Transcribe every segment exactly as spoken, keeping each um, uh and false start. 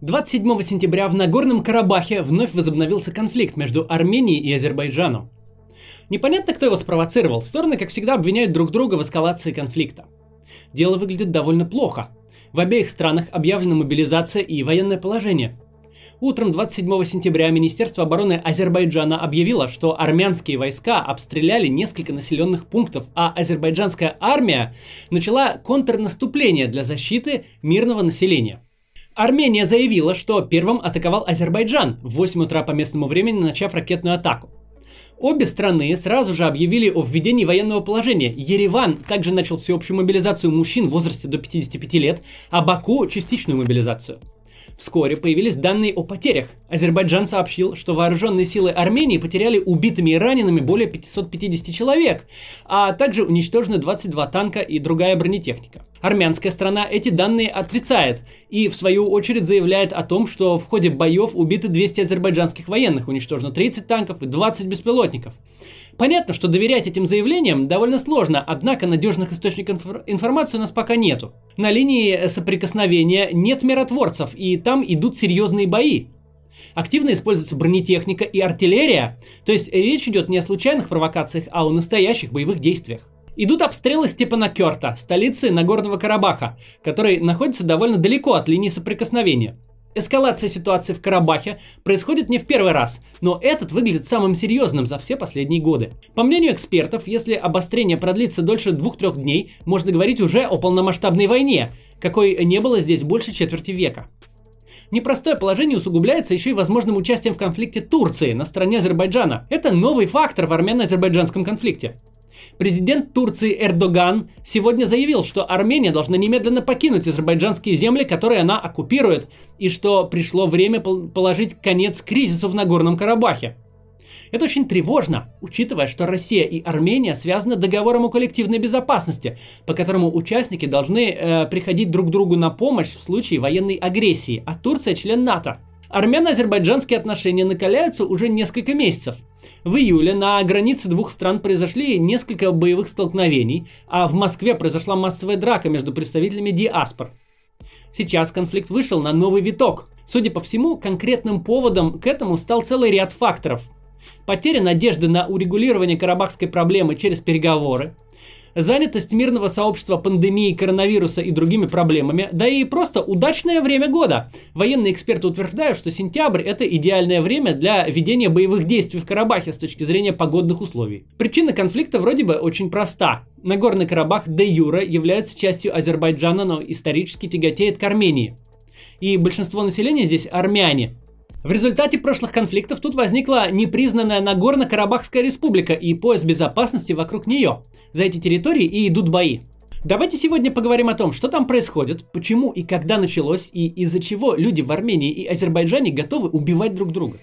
двадцать седьмого сентября в Нагорном Карабахе вновь возобновился конфликт между Арменией и Азербайджаном. Непонятно, кто его спровоцировал. Стороны, как всегда, обвиняют друг друга в эскалации конфликта. Дело выглядит довольно плохо. В обеих странах объявлена мобилизация и военное положение. Утром двадцать седьмого сентября Министерство обороны Азербайджана объявило, что армянские войска обстреляли несколько населенных пунктов, а азербайджанская армия начала контрнаступление для защиты мирного населения. Армения заявила, что первым атаковал Азербайджан в восемь утра по местному времени, начав ракетную атаку. Обе страны сразу же объявили о введении военного положения. Ереван также начал всеобщую мобилизацию мужчин в возрасте до пятидесяти пяти лет, а Баку – частичную мобилизацию. Вскоре появились данные о потерях. Азербайджан сообщил, что вооруженные силы Армении потеряли убитыми и ранеными более пятисот пятидесяти человек, а также уничтожены двадцать два танка и другая бронетехника. Армянская сторона эти данные отрицает и, в свою очередь, заявляет о том, что в ходе боев убиты двести азербайджанских военных, уничтожено тридцать танков и двадцать беспилотников. Понятно, что доверять этим заявлениям довольно сложно, однако надежных источников информации у нас пока нету. На линии соприкосновения нет миротворцев, и там идут серьезные бои. Активно используется бронетехника и артиллерия, то есть речь идет не о случайных провокациях, а о настоящих боевых действиях. Идут обстрелы Степанакерта, столицы Нагорного Карабаха, который находится довольно далеко от линии соприкосновения. Эскалация ситуации в Карабахе происходит не в первый раз, но этот выглядит самым серьезным за все последние годы. По мнению экспертов, если обострение продлится дольше двух-трех дней, можно говорить уже о полномасштабной войне, какой не было здесь больше четверти века. Непростое положение усугубляется еще и возможным участием в конфликте Турции на стороне Азербайджана. Это новый фактор в армяно-азербайджанском конфликте. Президент Турции Эрдоган сегодня заявил, что Армения должна немедленно покинуть азербайджанские земли, которые она оккупирует, и что пришло время положить конец кризису в Нагорном Карабахе. Это очень тревожно, учитывая, что Россия и Армения связаны договором о коллективной безопасности, по которому участники должны э, приходить друг другу на помощь в случае военной агрессии, а Турция член НАТО. Армяно-азербайджанские отношения накаляются уже несколько месяцев. В июле на границе двух стран произошли несколько боевых столкновений, а в Москве произошла массовая драка между представителями диаспор. Сейчас конфликт вышел на новый виток. Судя по всему, конкретным поводом к этому стал целый ряд факторов. Потеря надежды на урегулирование карабахской проблемы через переговоры, занятость мирного сообщества пандемией коронавируса и другими проблемами, да и просто удачное время года. Военные эксперты утверждают, что сентябрь – это идеальное время для ведения боевых действий в Карабахе с точки зрения погодных условий. Причина конфликта вроде бы очень проста. Нагорный Карабах де юре является частью Азербайджана, но исторически тяготеет к Армении. И большинство населения здесь армяне. В результате прошлых конфликтов тут возникла непризнанная Нагорно-Карабахская республика и пояс безопасности вокруг нее. За эти территории и идут бои. Давайте сегодня поговорим о том, что там происходит, почему и когда началось, и из-за чего люди в Армении и Азербайджане готовы убивать друг друга.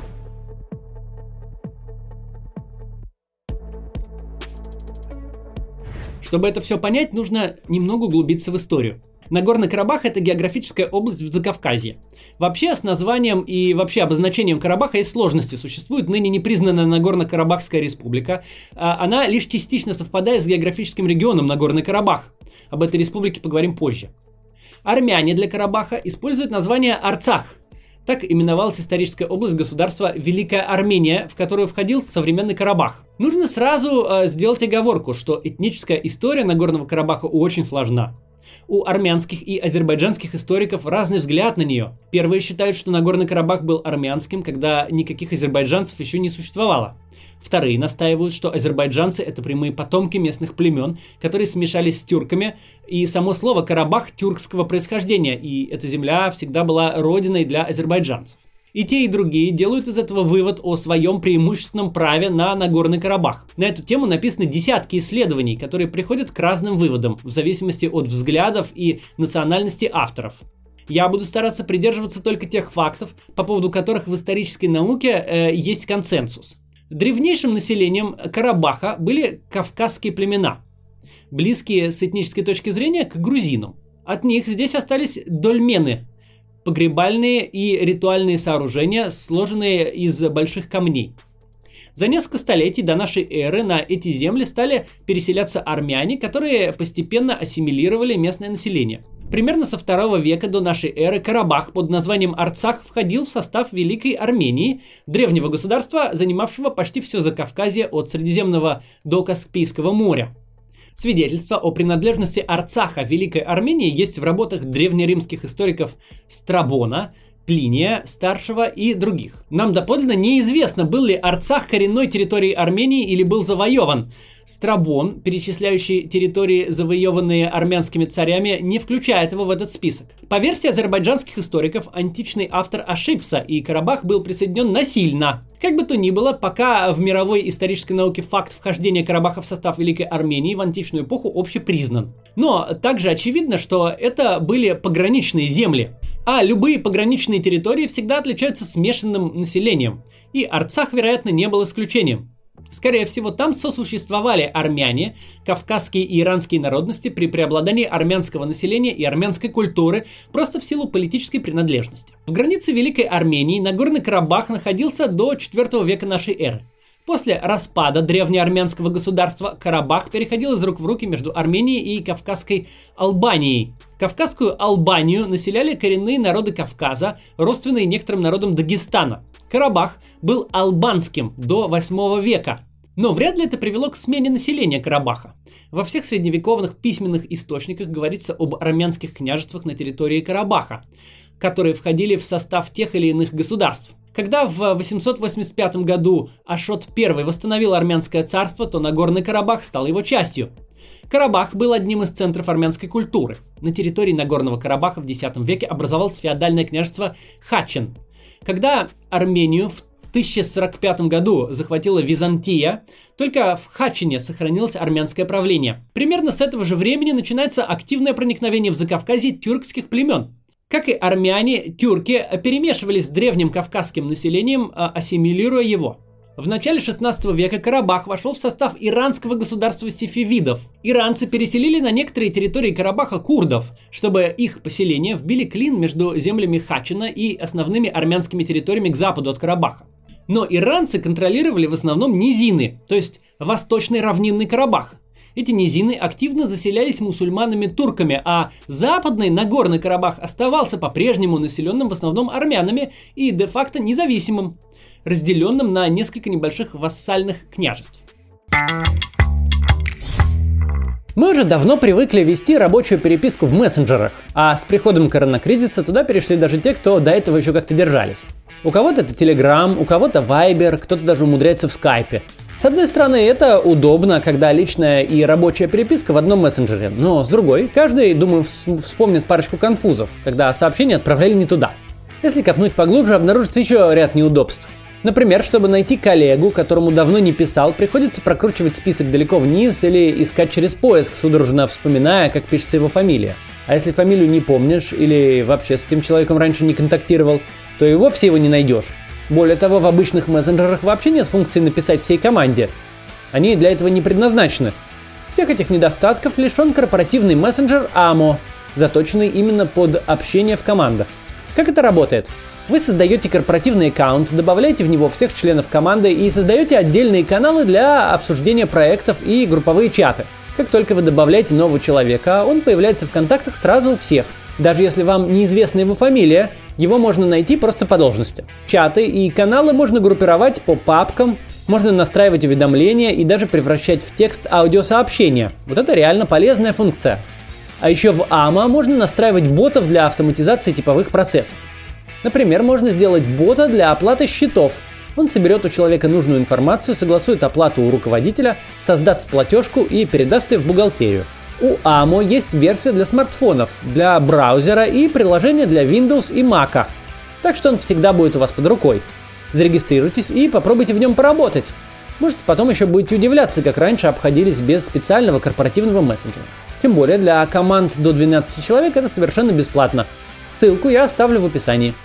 Чтобы это все понять, нужно немного углубиться в историю. Нагорный Карабах – это географическая область в Закавказье. Вообще, с названием и вообще обозначением Карабаха есть сложности. Существует ныне непризнанная Нагорно-Карабахская республика. Она лишь частично совпадает с географическим регионом Нагорный Карабах. Об этой республике поговорим позже. Армяне для Карабаха используют название Арцах. Так именовалась историческая область государства Великая Армения, в которую входил современный Карабах. Нужно сразу э, сделать оговорку, что этническая история Нагорного Карабаха очень сложна. У армянских и азербайджанских историков разный взгляд на нее. Первые считают, что Нагорный Карабах был армянским, когда никаких азербайджанцев еще не существовало. Вторые настаивают, что азербайджанцы – это прямые потомки местных племен, которые смешались с тюрками, и само слово «Карабах» тюркского происхождения, и эта земля всегда была родиной для азербайджанцев. И те, и другие делают из этого вывод о своем преимущественном праве на Нагорный Карабах. На эту тему написаны десятки исследований, которые приходят к разным выводам, в зависимости от взглядов и национальности авторов. Я буду стараться придерживаться только тех фактов, по поводу которых в исторической науке э, есть консенсус. Древнейшим населением Карабаха были кавказские племена, близкие с этнической точки зрения к грузинам. От них здесь остались дольмены, погребальные и ритуальные сооружения, сложенные из больших камней. За несколько столетий до нашей эры на эти земли стали переселяться армяне, которые постепенно ассимилировали местное население. Примерно со второго века до нашей эры Карабах под названием Арцах входил в состав Великой Армении, древнего государства, занимавшего почти все Закавказье от Средиземного до Каспийского моря. Свидетельства о принадлежности Арцаха Великой Армении есть в работах древнеримских историков Страбона, Плиния Старшего и других. Нам доподлинно неизвестно, был ли Арцах коренной территорией Армении или был завоеван. Страбон, перечисляющий территории, завоеванные армянскими царями, не включает его в этот список. По версии азербайджанских историков, античный автор ошибся, и Карабах был присоединен насильно. Как бы то ни было, пока в мировой исторической науке факт вхождения Карабаха в состав Великой Армении в античную эпоху общепризнан. Но также очевидно, что это были пограничные земли. А любые пограничные территории всегда отличаются смешанным населением. И Арцах, вероятно, не был исключением. Скорее всего, там сосуществовали армяне, кавказские и иранские народности при преобладании армянского населения и армянской культуры, просто в силу политической принадлежности. В границе Великой Армении Нагорный Карабах находился до четвёртого века нашей эры. После распада древнеармянского государства Карабах переходил из рук в руки между Арменией и Кавказской Албанией. Кавказскую Албанию населяли коренные народы Кавказа, родственные некоторым народам Дагестана. Карабах был албанским до восьмого века. Но вряд ли это привело к смене населения Карабаха. Во всех средневековых письменных источниках говорится об армянских княжествах на территории Карабаха, которые входили в состав тех или иных государств. Когда в восемьсот восемьдесят пятом году Ашот I восстановил армянское царство, то Нагорный Карабах стал его частью. Карабах был одним из центров армянской культуры. На территории Нагорного Карабаха в десятом веке образовалось феодальное княжество Хачен. Когда Армению в тысяча сорок пятом году захватила Византия, только в Хачине сохранилось армянское правление. Примерно с этого же времени начинается активное проникновение в Закавказье тюркских племен. Как и армяне, тюрки перемешивались с древним кавказским населением, ассимилируя его. В начале шестнадцатого века Карабах вошел в состав иранского государства сефевидов. Иранцы переселили на некоторые территории Карабаха курдов, чтобы их поселения вбили клин между землями Хачина и основными армянскими территориями к западу от Карабаха. Но иранцы контролировали в основном низины, то есть восточный равнинный Карабах. Эти низины активно заселялись мусульманами-турками, а западный Нагорный Карабах оставался по-прежнему населенным в основном армянами и де-факто независимым, разделенным на несколько небольших вассальных княжеств. Мы уже давно привыкли вести рабочую переписку в мессенджерах, а с приходом коронакризиса туда перешли даже те, кто до этого еще как-то держались. У кого-то это Telegram, у кого-то Viber, кто-то даже умудряется в Скайпе. С одной стороны, это удобно, когда личная и рабочая переписка в одном мессенджере, но с другой, каждый, думаю, вспомнит парочку конфузов, когда сообщения отправляли не туда. Если копнуть поглубже, обнаружится еще ряд неудобств. Например, чтобы найти коллегу, которому давно не писал, приходится прокручивать список далеко вниз или искать через поиск, судорожно вспоминая, как пишется его фамилия. А если фамилию не помнишь или вообще с этим человеком раньше не контактировал, то и вовсе его не найдешь. Более того, в обычных мессенджерах вообще нет функции написать всей команде. Они для этого не предназначены. Всех этих недостатков лишен корпоративный мессенджер Amo, заточенный именно под общение в командах. Как это работает? Вы создаете корпоративный аккаунт, добавляете в него всех членов команды и создаете отдельные каналы для обсуждения проектов и групповые чаты. Как только вы добавляете нового человека, он появляется в контактах сразу у всех. Даже если вам неизвестна его фамилия, его можно найти просто по должности. Чаты и каналы можно группировать по папкам, можно настраивать уведомления и даже превращать в текст аудиосообщения. Вот это реально полезная функция. А еще в Amo можно настраивать ботов для автоматизации типовых процессов. Например, можно сделать бота для оплаты счетов. Он соберет у человека нужную информацию, согласует оплату у руководителя, создаст платежку и передаст ее в бухгалтерию. У Amo есть версия для смартфонов, для браузера и приложение для Windows и Mac. Так что он всегда будет у вас под рукой. Зарегистрируйтесь и попробуйте в нем поработать. Может, потом еще будете удивляться, как раньше обходились без специального корпоративного мессенджера. Тем более для команд до двенадцати человек это совершенно бесплатно. Ссылку я оставлю в описании.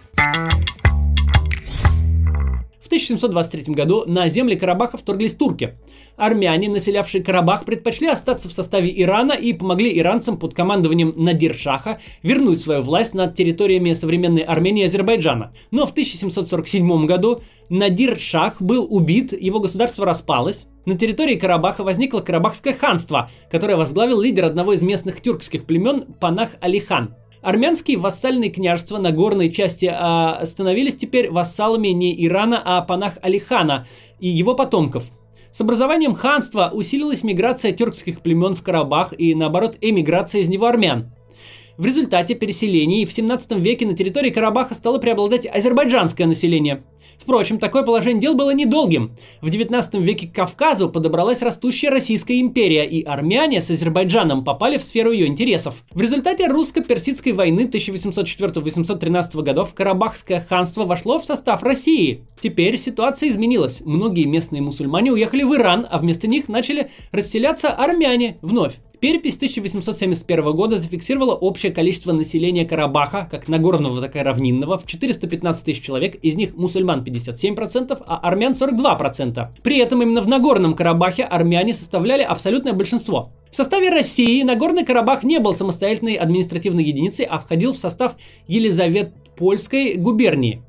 В тысяча семьсот двадцать третьем году на земли Карабаха вторглись турки. Армяне, населявшие Карабах, предпочли остаться в составе Ирана и помогли иранцам под командованием Надир-Шаха вернуть свою власть над территориями современной Армении и Азербайджана. Но в тысяча семьсот сорок седьмом году Надир-Шах был убит, его государство распалось. На территории Карабаха возникло Карабахское ханство, которое возглавил лидер одного из местных тюркских племен Панах Алихан. Армянские вассальные княжества на горной части а, становились теперь вассалами не Ирана, а Панах Алихана и его потомков. С образованием ханства усилилась миграция тюркских племен в Карабах и, наоборот, эмиграция из него армян. В результате переселений в семнадцатом веке на территории Карабаха стало преобладать азербайджанское население. Впрочем, такое положение дел было недолгим. В девятнадцатом веке к Кавказу подобралась растущая Российская империя, и армяне с Азербайджаном попали в сферу ее интересов. В результате русско-персидской войны тысяча восемьсот четвёртого — восемьсот тринадцатого годов Карабахское ханство вошло в состав России. Теперь ситуация изменилась. Многие местные мусульмане уехали в Иран, а вместо них начали расселяться армяне вновь. Перепись тысяча восемьсот семьдесят первого года зафиксировала общее количество населения Карабаха, как нагорного, так и равнинного, в четыреста пятнадцать тысяч человек, из них мусульман пятьдесят семь процентов, а армян сорок два процента. При этом именно в Нагорном Карабахе армяне составляли абсолютное большинство. В составе России Нагорный Карабах не был самостоятельной административной единицей, а входил в состав Елизаветпольской губернии.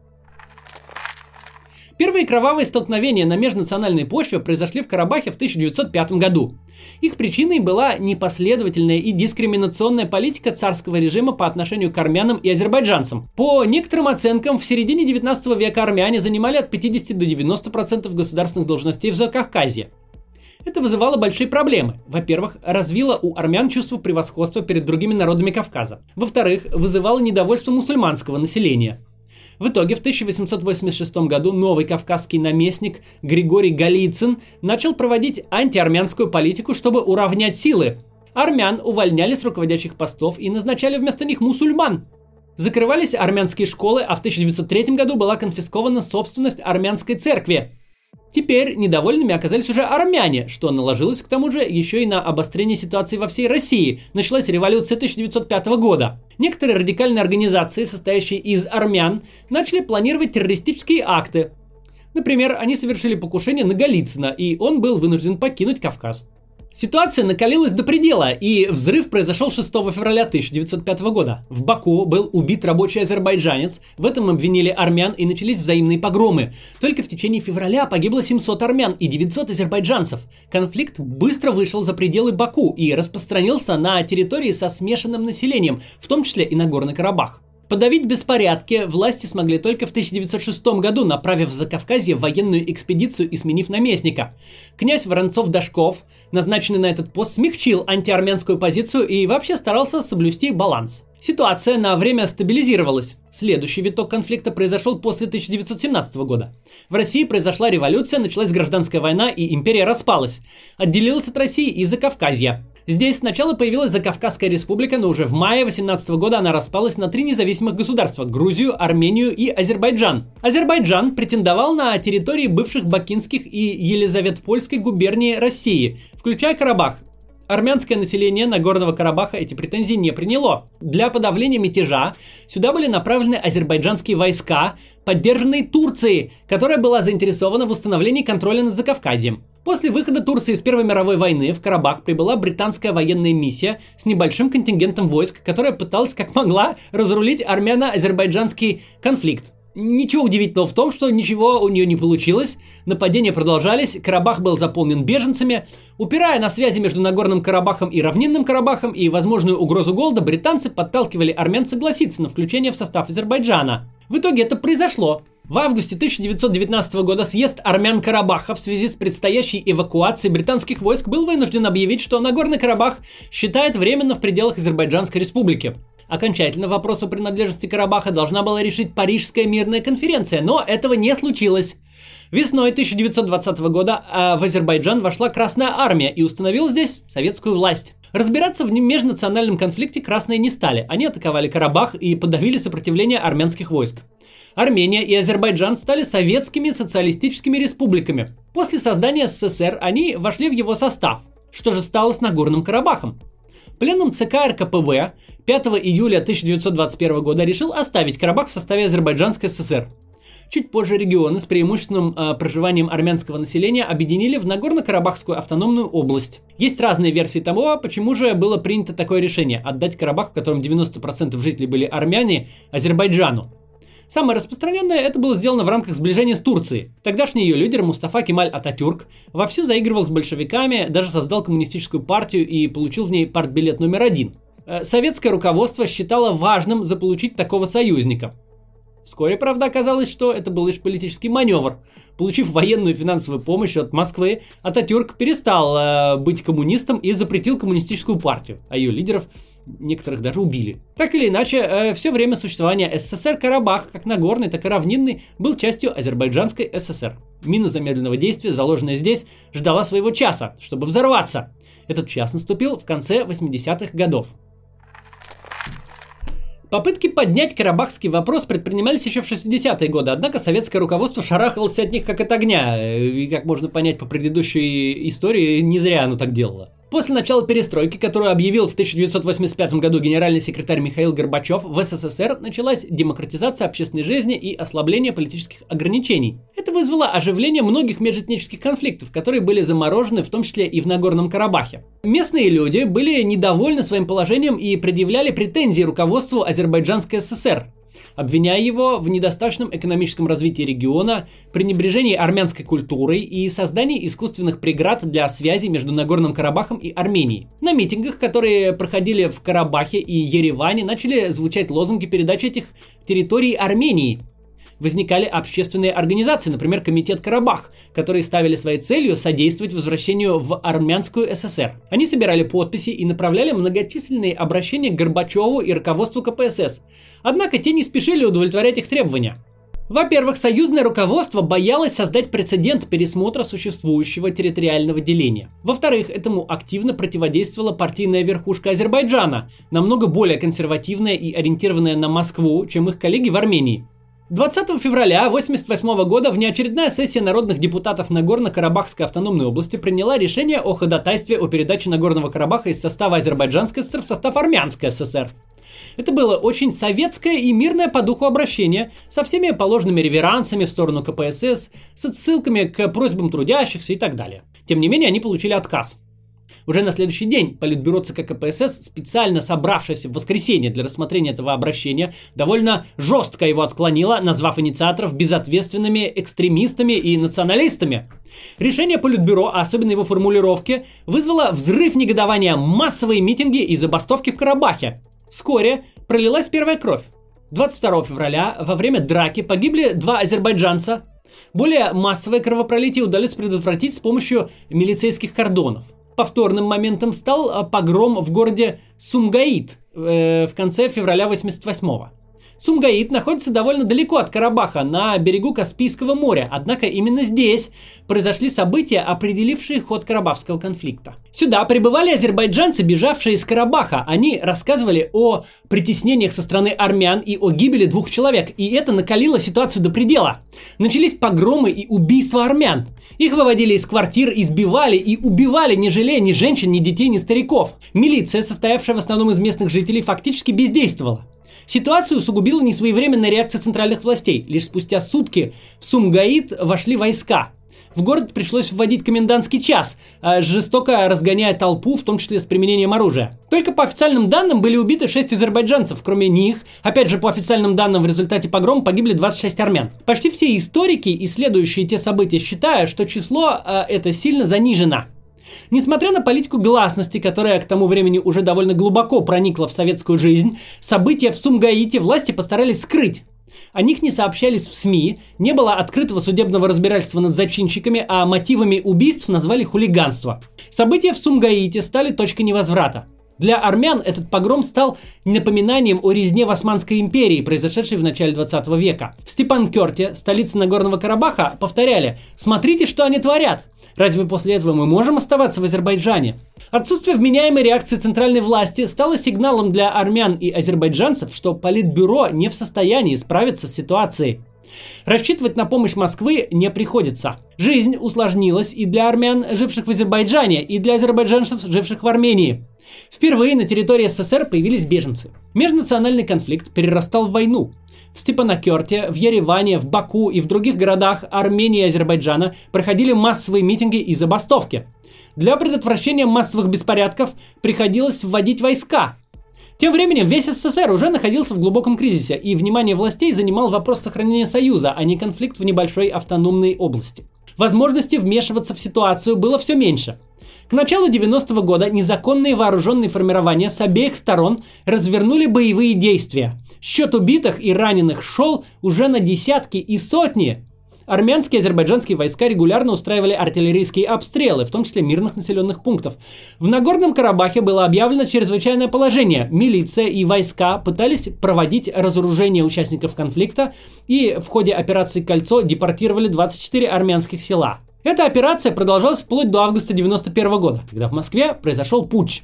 Первые кровавые столкновения на межнациональной почве произошли в Карабахе в тысяча девятьсот пятом году. Их причиной была непоследовательная и дискриминационная политика царского режима по отношению к армянам и азербайджанцам. По некоторым оценкам, в середине девятнадцатого века армяне занимали от пятидесяти до девяноста процентов государственных должностей в Закавказье. Это вызывало большие проблемы. Во-первых, развило у армян чувство превосходства перед другими народами Кавказа. Во-вторых, вызывало недовольство мусульманского населения. В итоге в тысяча восемьсот восемьдесят шестом году новый кавказский наместник Григорий Голицын начал проводить антиармянскую политику, чтобы уравнять силы. Армян увольняли с руководящих постов и назначали вместо них мусульман. Закрывались армянские школы, а в тысяча девятьсот третьем году была конфискована собственность армянской церкви. Теперь недовольными оказались уже армяне, что наложилось к тому же еще и на обострение ситуации во всей России. Началась революция тысяча девятьсот пятого года. Некоторые радикальные организации, состоящие из армян, начали планировать террористические акты. Например, они совершили покушение на Голицына, и он был вынужден покинуть Кавказ. Ситуация накалилась до предела, и взрыв произошел шестого февраля тысяча девятьсот пятого года. В Баку был убит рабочий азербайджанец, в этом обвинили армян и начались взаимные погромы. Только в течение февраля погибло семьсот армян и девятьсот азербайджанцев. Конфликт быстро вышел за пределы Баку и распространился на территории со смешанным населением, в том числе и на Горный Карабах. Подавить беспорядки власти смогли только в тысяча девятьсот шестом году, направив в Закавказье военную экспедицию и сменив наместника. Князь Воронцов-Дашков, назначенный на этот пост, смягчил антиармянскую позицию и вообще старался соблюсти баланс. Ситуация на время стабилизировалась. Следующий виток конфликта произошел после тысяча девятьсот семнадцатого года. В России произошла революция, началась гражданская война и империя распалась. Отделилась от России и Закавказья. Здесь сначала появилась Закавказская республика, но уже в мае тысяча девятьсот восемнадцатого года она распалась на три независимых государства – Грузию, Армению и Азербайджан. Азербайджан претендовал на территории бывших Бакинских и Елизаветпольской губернии России, включая Карабах. Армянское население Нагорного Карабаха эти претензии не приняло. Для подавления мятежа сюда были направлены азербайджанские войска, поддержанные Турцией, которая была заинтересована в установлении контроля над Закавказьем. После выхода Турции из Первой мировой войны в Карабах прибыла британская военная миссия с небольшим контингентом войск, которая пыталась как могла разрулить армяно-азербайджанский конфликт. Ничего удивительного в том, что ничего у нее не получилось, нападения продолжались, Карабах был заполнен беженцами. Упирая на связи между Нагорным Карабахом и Равнинным Карабахом и возможную угрозу голода, британцы подталкивали армян согласиться на включение в состав Азербайджана. В итоге это произошло. В августе тысяча девятьсот девятнадцатого года съезд армян Карабаха в связи с предстоящей эвакуацией британских войск был вынужден объявить, что Нагорный Карабах считает временно в пределах Азербайджанской республики. Окончательно вопрос о принадлежности Карабаха должна была решить Парижская мирная конференция, но этого не случилось. Весной тысяча девятьсот двадцатого года в Азербайджан вошла Красная Армия и установила здесь советскую власть. Разбираться в межнациональном конфликте красные не стали. Они атаковали Карабах и подавили сопротивление армянских войск. Армения и Азербайджан стали советскими социалистическими республиками. После создания СССР они вошли в его состав. Что же стало с Нагорным Карабахом? Пленум ЦК РКПБ пятого июля тысяча девятьсот двадцать первого года решил оставить Карабах в составе Азербайджанской ССР. Чуть позже регионы с преимущественным э, проживанием армянского населения объединили в Нагорно-Карабахскую автономную область. Есть разные версии того, почему же было принято такое решение – отдать Карабах, в котором девяносто процентов жителей были армяне, Азербайджану. Самое распространенное это было сделано в рамках сближения с Турцией. Тогдашний ее лидер Мустафа Кемаль Ататюрк вовсю заигрывал с большевиками, даже создал коммунистическую партию и получил в ней партбилет номер один. Советское руководство считало важным заполучить такого союзника. Вскоре, правда, оказалось, что это был лишь политический маневр. Получив военную и финансовую помощь от Москвы, Ататюрк перестал э, быть коммунистом и запретил коммунистическую партию, а ее лидеров некоторых даже убили. Так или иначе, э, все время существования СССР Карабах, как Нагорный, так и Равнинный, был частью Азербайджанской ССР. Мина замедленного действия, заложенная здесь, ждала своего часа, чтобы взорваться. Этот час наступил в конце восьмидесятых годов. Попытки поднять карабахский вопрос предпринимались еще в шестидесятые годы, однако советское руководство шарахалось от них как от огня, и, как можно понять по предыдущей истории, не зря оно так делало. После начала перестройки, которую объявил в тысяча девятьсот восемьдесят пятом году генеральный секретарь Михаил Горбачев, в СССР началась демократизация общественной жизни и ослабление политических ограничений. Это вызвало оживление многих межэтнических конфликтов, которые были заморожены, в том числе и в Нагорном Карабахе. Местные люди были недовольны своим положением и предъявляли претензии руководству Азербайджанской ССР, обвиняя его в недостаточном экономическом развитии региона, пренебрежении армянской культурой и создании искусственных преград для связи между Нагорным Карабахом и Арменией. На митингах, которые проходили в Карабахе и Ереване, начали звучать лозунги передачи этих территорий Армении. Возникали общественные организации, например, Комитет Карабах, которые ставили своей целью содействовать возвращению в Армянскую ССР. Они собирали подписи и направляли многочисленные обращения к Горбачеву и руководству ка пэ эс эс. Однако те не спешили удовлетворять их требования. Во-первых, союзное руководство боялось создать прецедент пересмотра существующего территориального деления. Во-вторых, этому активно противодействовала партийная верхушка Азербайджана, намного более консервативная и ориентированная на Москву, чем их коллеги в Армении. двадцатого февраля тысяча девятьсот восемьдесят восьмого года внеочередная сессия народных депутатов Нагорно-Карабахской автономной области приняла решение о ходатайстве о передаче Нагорного Карабаха из состава Азербайджанской ССР в состав Армянской ССР. Это было очень советское и мирное по духу обращение, со всеми положенными реверансами в сторону ка пэ эс эс, с отсылками к просьбам трудящихся и так далее. Тем не менее, они получили отказ. Уже на следующий день Политбюро ЦК ка пэ эс эс, специально собравшееся в воскресенье для рассмотрения этого обращения, довольно жестко его отклонило, назвав инициаторов безответственными экстремистами и националистами. Решение Политбюро, а особенно его формулировки, вызвало взрыв негодования, массовые митинги и забастовки в Карабахе. Вскоре пролилась первая кровь. двадцать второго февраля во время драки погибли два азербайджанца. Более массовое кровопролитие удалось предотвратить с помощью милицейских кордонов. Повторным моментом стал погром в городе Сумгаит э, в конце февраля восемьдесят восьмого. Сумгаит находится довольно далеко от Карабаха, на берегу Каспийского моря, однако именно здесь произошли события, определившие ход карабахского конфликта. Сюда прибывали азербайджанцы, бежавшие из Карабаха. Они рассказывали о притеснениях со стороны армян и о гибели двух человек, и это накалило ситуацию до предела. Начались погромы и убийства армян. Их выводили из квартир, избивали и убивали, не жалея ни женщин, ни детей, ни стариков. Милиция, состоявшая в основном из местных жителей, фактически бездействовала. Ситуацию усугубила несвоевременная реакция центральных властей. Лишь спустя сутки в Сумгаит вошли войска. В город пришлось вводить комендантский час, жестоко разгоняя толпу, в том числе с применением оружия. Только по официальным данным были убиты шесть азербайджанцев. Кроме них, опять же по официальным данным, в результате погрома погибли двадцать шесть армян. Почти все историки, исследующие те события, считают, что число это сильно занижено. Несмотря на политику гласности, которая к тому времени уже довольно глубоко проникла в советскую жизнь, события в Сумгаите власти постарались скрыть. О них не сообщались в СМИ, не было открытого судебного разбирательства над зачинщиками, а мотивами убийств назвали хулиганство. События в Сумгаите стали точкой невозврата. Для армян этот погром стал напоминанием о резне в Османской империи, произошедшей в начале двадцатого века. В Степанкерте, столице Нагорного Карабаха, повторяли: «Смотрите, что они творят! Разве после этого мы можем оставаться в Азербайджане?» Отсутствие вменяемой реакции центральной власти стало сигналом для армян и азербайджанцев, что Политбюро не в состоянии справиться с ситуацией. Рассчитывать на помощь Москвы не приходится. Жизнь усложнилась и для армян, живших в Азербайджане, и для азербайджанцев, живших в Армении. Впервые на территории СССР появились беженцы. Межнациональный конфликт перерастал в войну. В Степанакерте, в Ереване, в Баку и в других городах Армении и Азербайджана проходили массовые митинги и забастовки. Для предотвращения массовых беспорядков приходилось вводить войска. Тем временем весь СССР уже находился в глубоком кризисе, и внимание властей занимал вопрос сохранения Союза, а не конфликт в небольшой автономной области. Возможности вмешиваться в ситуацию было все меньше. К началу девяностого года незаконные вооруженные формирования с обеих сторон развернули боевые действия. Счет убитых и раненых шел уже на десятки и сотни. Армянские и азербайджанские войска регулярно устраивали артиллерийские обстрелы, в том числе мирных населенных пунктов. В Нагорном Карабахе было объявлено чрезвычайное положение. Милиция и войска пытались проводить разоружение участников конфликта и в ходе операции «Кольцо» депортировали двадцать четыре армянских села. Эта операция продолжалась вплоть до августа девяносто первого года, когда в Москве произошел путч.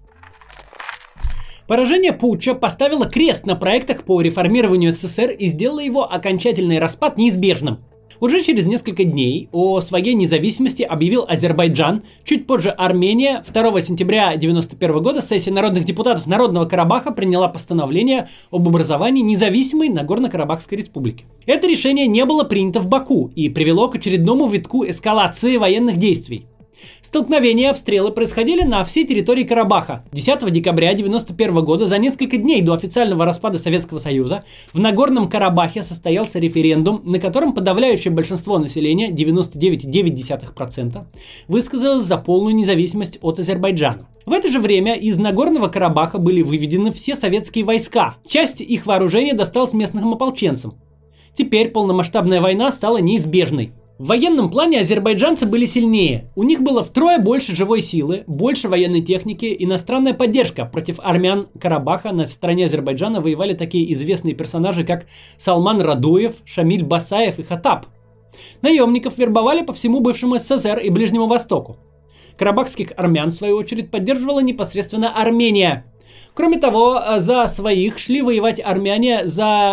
Поражение путча поставило крест на проектах по реформированию СССР и сделало его окончательный распад неизбежным. Уже через несколько дней о своей независимости объявил Азербайджан, чуть позже Армения. второго сентября девяносто первого года сессия народных депутатов Народного Карабаха приняла постановление об образовании независимой Нагорно-Карабахской республики. Это решение не было принято в Баку и привело к очередному витку эскалации военных действий. Столкновения и обстрелы происходили на всей территории Карабаха. десятого декабря девяносто первого года, за несколько дней до официального распада Советского Союза, в Нагорном Карабахе состоялся референдум, на котором подавляющее большинство населения, девяносто девять целых девять десятых процента, высказалось за полную независимость от Азербайджана. В это же время из Нагорного Карабаха были выведены все советские войска. Часть их вооружения досталась местным ополченцам. Теперь полномасштабная война стала неизбежной. В военном плане азербайджанцы были сильнее. У них было втрое больше живой силы, больше военной техники, иностранная поддержка. Против армян Карабаха на стороне Азербайджана воевали такие известные персонажи, как Салман Радуев, Шамиль Басаев и Хатаб. Наемников вербовали по всему бывшему СССР и Ближнему Востоку. Карабахских армян, в свою очередь, поддерживала непосредственно Армения. Кроме того, за своих шли воевать армяне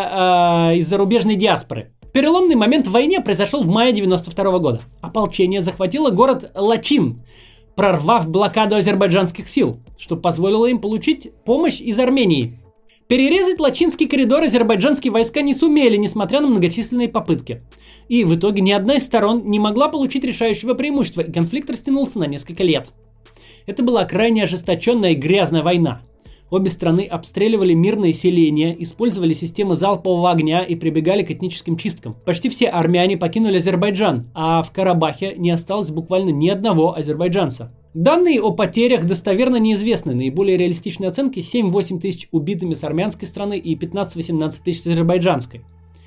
за, э, из зарубежной диаспоры. Переломный момент в войне произошел в мае девяносто второго года. Ополчение захватило город Лачин, прорвав блокаду азербайджанских сил, что позволило им получить помощь из Армении. Перерезать Лачинский коридор азербайджанские войска не сумели, несмотря на многочисленные попытки. И в итоге ни одна из сторон не могла получить решающего преимущества, и конфликт растянулся на несколько лет. Это была крайне ожесточенная и грязная война. Обе страны обстреливали мирные селения, использовали системы залпового огня и прибегали к этническим чисткам. Почти все армяне покинули Азербайджан, а в Карабахе не осталось буквально ни одного азербайджанца. Данные о потерях достоверно неизвестны. Наиболее реалистичные оценки — семь-восемь тысяч убитыми с армянской стороны и пятнадцать-восемнадцать тысяч с азербайджанской.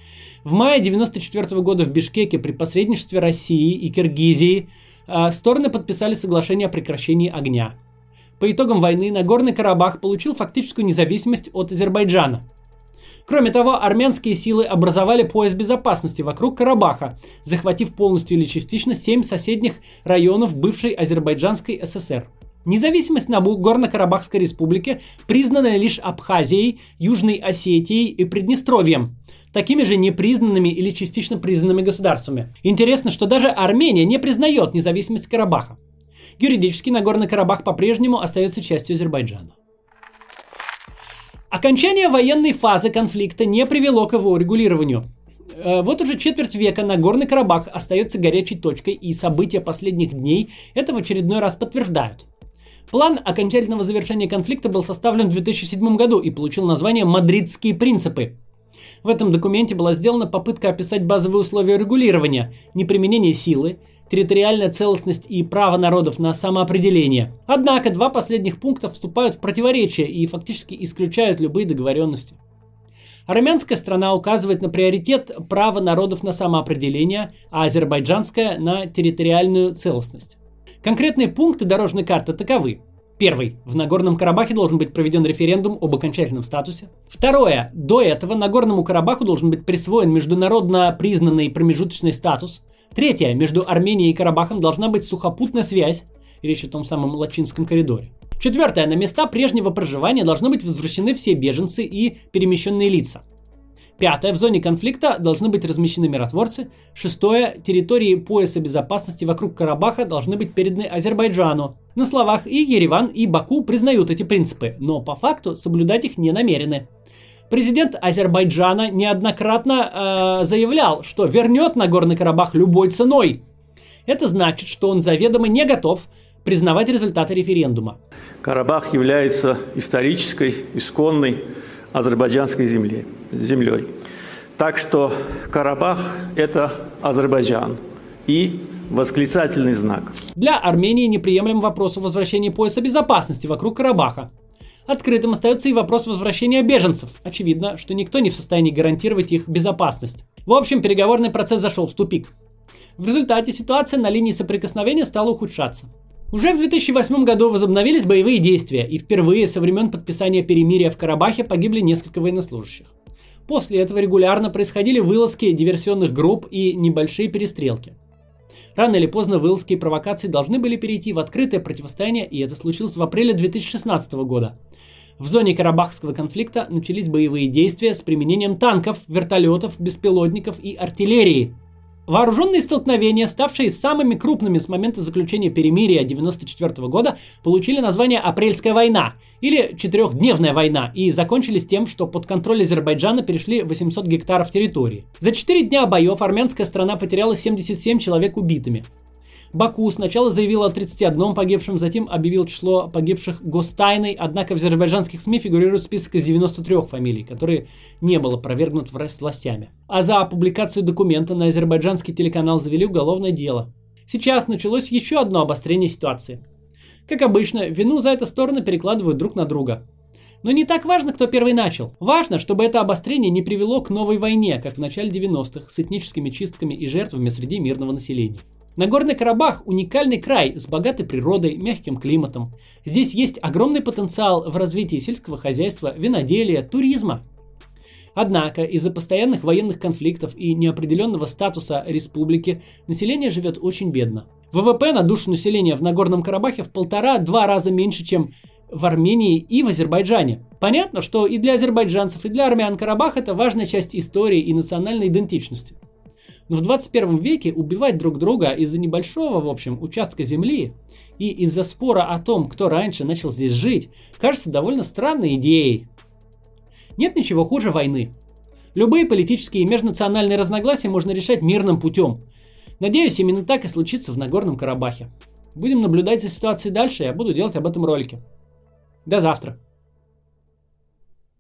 В мае девяносто четвёртого года в Бишкеке при посредничестве России и Киргизии стороны подписали соглашение о прекращении огня. По итогам войны Нагорный Карабах получил фактическую независимость от Азербайджана. Кроме того, армянские силы образовали пояс безопасности вокруг Карабаха, захватив полностью или частично семь соседних районов бывшей Азербайджанской ССР. Независимость Нагорно-Карабахской республики признана лишь Абхазией, Южной Осетией и Приднестровьем, такими же непризнанными или частично признанными государствами. Интересно, что даже Армения не признает независимость Карабаха. Юридически Нагорный Карабах по-прежнему остается частью Азербайджана. Окончание военной фазы конфликта не привело к его урегулированию. Вот уже четверть века Нагорный Карабах остается горячей точкой, и события последних дней это в очередной раз подтверждают. План окончательного завершения конфликта был составлен в две тысячи седьмом году и получил название «Мадридские принципы». В этом документе была сделана попытка описать базовые условия регулирования, неприменение силы, территориальная целостность и право народов на самоопределение. Однако два последних пункта вступают в противоречие и фактически исключают любые договоренности. Армянская сторона указывает на приоритет права народов на самоопределение, а азербайджанская на территориальную целостность. Конкретные пункты дорожной карты таковы. Первый. В Нагорном Карабахе должен быть проведен референдум об окончательном статусе. Второе. До этого Нагорному Карабаху должен быть присвоен международно признанный промежуточный статус. Третье. Между Арменией и Карабахом должна быть сухопутная связь. Речь о том самом Лачинском коридоре. Четвертое. На места прежнего проживания должны быть возвращены все беженцы и перемещенные лица. Пятое. В зоне конфликта должны быть размещены миротворцы. Шестое. Территории пояса безопасности вокруг Карабаха должны быть переданы Азербайджану. На словах и Ереван, и Баку признают эти принципы, но по факту соблюдать их не намерены. Президент Азербайджана неоднократно э, заявлял, что вернет Нагорный Карабах любой ценой. Это значит, что он заведомо не готов признавать результаты референдума. Карабах является исторической, исконной азербайджанской землей. землей. Так что Карабах – это Азербайджан и восклицательный знак. Для Армении неприемлем вопрос о возвращении пояса безопасности вокруг Карабаха. Открытым остается и вопрос возвращения беженцев. Очевидно, что никто не в состоянии гарантировать их безопасность. В общем, переговорный процесс зашел в тупик. В результате ситуация на линии соприкосновения стала ухудшаться. Уже в две тысячи восьмом году возобновились боевые действия, и впервые со времен подписания перемирия в Карабахе погибли несколько военнослужащих. После этого регулярно происходили вылазки диверсионных групп и небольшие перестрелки. Рано или поздно вылазки и провокации должны были перейти в открытое противостояние, и это случилось в апреле две тысячи шестнадцатого года. В зоне карабахского конфликта начались боевые действия с применением танков, вертолетов, беспилотников и артиллерии. Вооруженные столкновения, ставшие самыми крупными с момента заключения перемирия девяносто четвёртого года, получили название «Апрельская война» или «Четырехдневная война» и закончились тем, что под контроль Азербайджана перешли восемьсот гектаров территории. За четыре дня боев армянская страна потеряла семьдесят семь человек убитыми. Баку сначала заявил о тридцати одном погибшем, затем объявил число погибших гостайной, однако в азербайджанских СМИ фигурирует список из девяноста трёх фамилий, который не был опровергнут властями. А за публикацию документа на азербайджанский телеканал завели уголовное дело. Сейчас началось еще одно обострение ситуации. Как обычно, вину за это стороны перекладывают друг на друга. Но не так важно, кто первый начал. Важно, чтобы это обострение не привело к новой войне, как в начале девяностых, с этническими чистками и жертвами среди мирного населения. Нагорный Карабах – уникальный край с богатой природой, мягким климатом. Здесь есть огромный потенциал в развитии сельского хозяйства, виноделия, туризма. Однако из-за постоянных военных конфликтов и неопределенного статуса республики население живет очень бедно. ВВП на душу населения в Нагорном Карабахе в полтора-два раза меньше, чем в Армении и в Азербайджане. Понятно, что и для азербайджанцев, и для армян Карабах – это важная часть истории и национальной идентичности. Но в двадцать первом веке убивать друг друга из-за небольшого, в общем, участка земли и из-за спора о том, кто раньше начал здесь жить, кажется довольно странной идеей. Нет ничего хуже войны. Любые политические и межнациональные разногласия можно решать мирным путем. Надеюсь, именно так и случится в Нагорном Карабахе. Будем наблюдать за ситуацией дальше, я буду делать об этом ролики. До завтра.